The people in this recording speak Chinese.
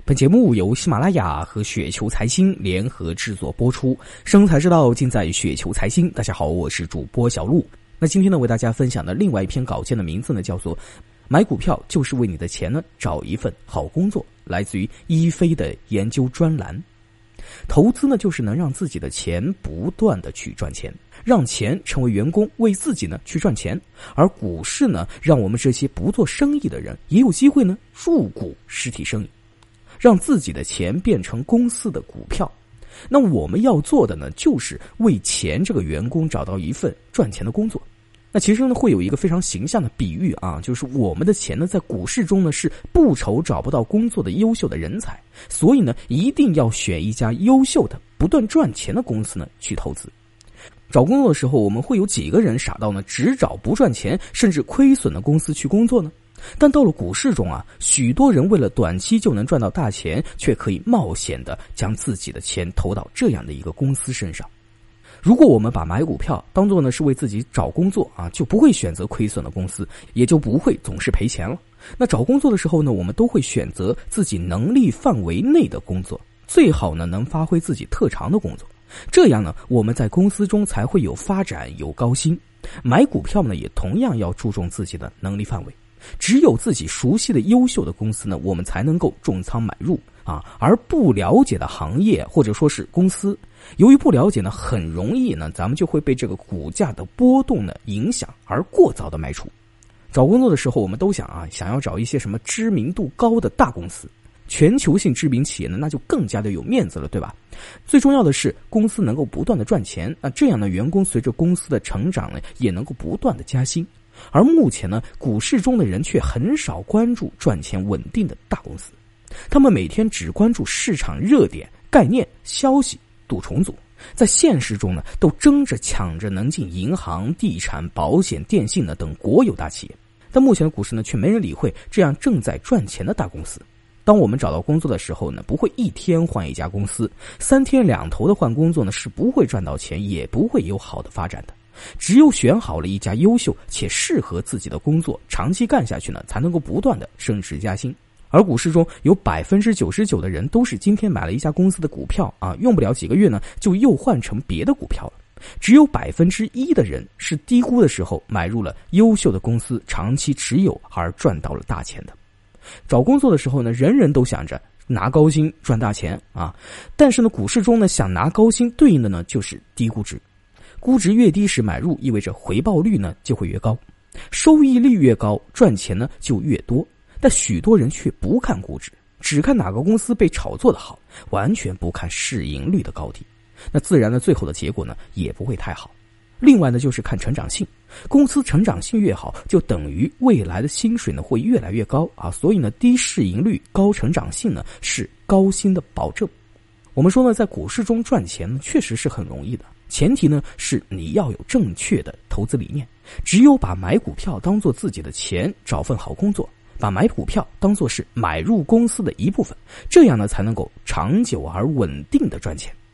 本节目由喜马拉雅和雪球财经联合制作播出，生财之道尽在雪球财经。大家好，我是主播小璐。那今天呢，为大家分享的另外一篇稿件的名字呢，叫做买股票就是为你的钱呢找一份好工作，来自于一飞的研究专栏。投资呢，就是能让自己的钱不断的去赚钱，让钱成为员工，为自己呢去赚钱。而股市呢，让我们这些不做生意的人也有机会呢入股实体生意，让自己的钱变成公司的股票。那我们要做的呢，就是为钱这个员工找到一份赚钱的工作。那其实呢，会有一个非常形象的比喻啊，就是我们的钱呢，在股市中呢是不愁找不到工作的优秀的人才，所以呢，一定要选一家优秀的、不断赚钱的公司呢去投资。找工作的时候，我们会有几个人傻到呢只找不赚钱甚至亏损的公司去工作呢？但到了股市中啊，许多人为了短期就能赚到大钱，却可以冒险的将自己的钱投到这样的一个公司身上。如果我们把买股票当作呢是为自己找工作啊，就不会选择亏损的公司，也就不会总是赔钱了。那找工作的时候呢，我们都会选择自己能力范围内的工作，最好呢能发挥自己特长的工作。这样呢，我们在公司中才会有发展，有高薪。买股票呢，也同样要注重自己的能力范围。只有自己熟悉的优秀的公司呢，我们才能够重仓买入啊，而不了解的行业或者说是公司，由于不了解呢，很容易呢，咱们就会被这个股价的波动呢影响而过早的卖出。找工作的时候，我们都想要找一些什么知名度高的大公司，全球性知名企业呢，那就更加的有面子了，对吧？最重要的是公司能够不断的赚钱，那这样呢，员工随着公司的成长呢，也能够不断的加薪。而目前呢，股市中的人却很少关注赚钱稳定的大公司，他们每天只关注市场热点、概念、消息、赌重组，在现实中呢，都争着抢着能进银行、地产、保险、电信呢等国有大企业。但目前的股市呢，却没人理会这样正在赚钱的大公司。当我们找到工作的时候呢，不会一天换一家公司，3天2头的换工作呢，是不会赚到钱，也不会有好的发展的。只有选好了一家优秀且适合自己的工作，长期干下去呢，才能够不断的升职加薪。而股市中有 99% 的人都是今天买了一家公司的股票啊，用不了几个月呢，就又换成别的股票了。只有 1% 的人是低估的时候买入了优秀的公司，长期持有而赚到了大钱的。找工作的时候呢，人人都想着拿高薪赚大钱啊，但是呢，股市中呢，想拿高薪对应的呢就是低估值。估值越低时买入，意味着回报率呢就会越高，收益率越高，赚钱呢就越多。但许多人却不看估值，只看哪个公司被炒作的好，完全不看市盈率的高低。那自然呢，最后的结果呢也不会太好。另外呢，就是看成长性，公司成长性越好，就等于未来的薪水呢会越来越高啊。所以呢，低市盈率、高成长性呢是高薪的保证。我们说呢，在股市中赚钱呢，确实是很容易的，前提呢是你要有正确的投资理念。只有把买股票当作自己的钱，找份好工作，把买股票当作是买入公司的一部分，这样呢才能够长久而稳定的赚钱。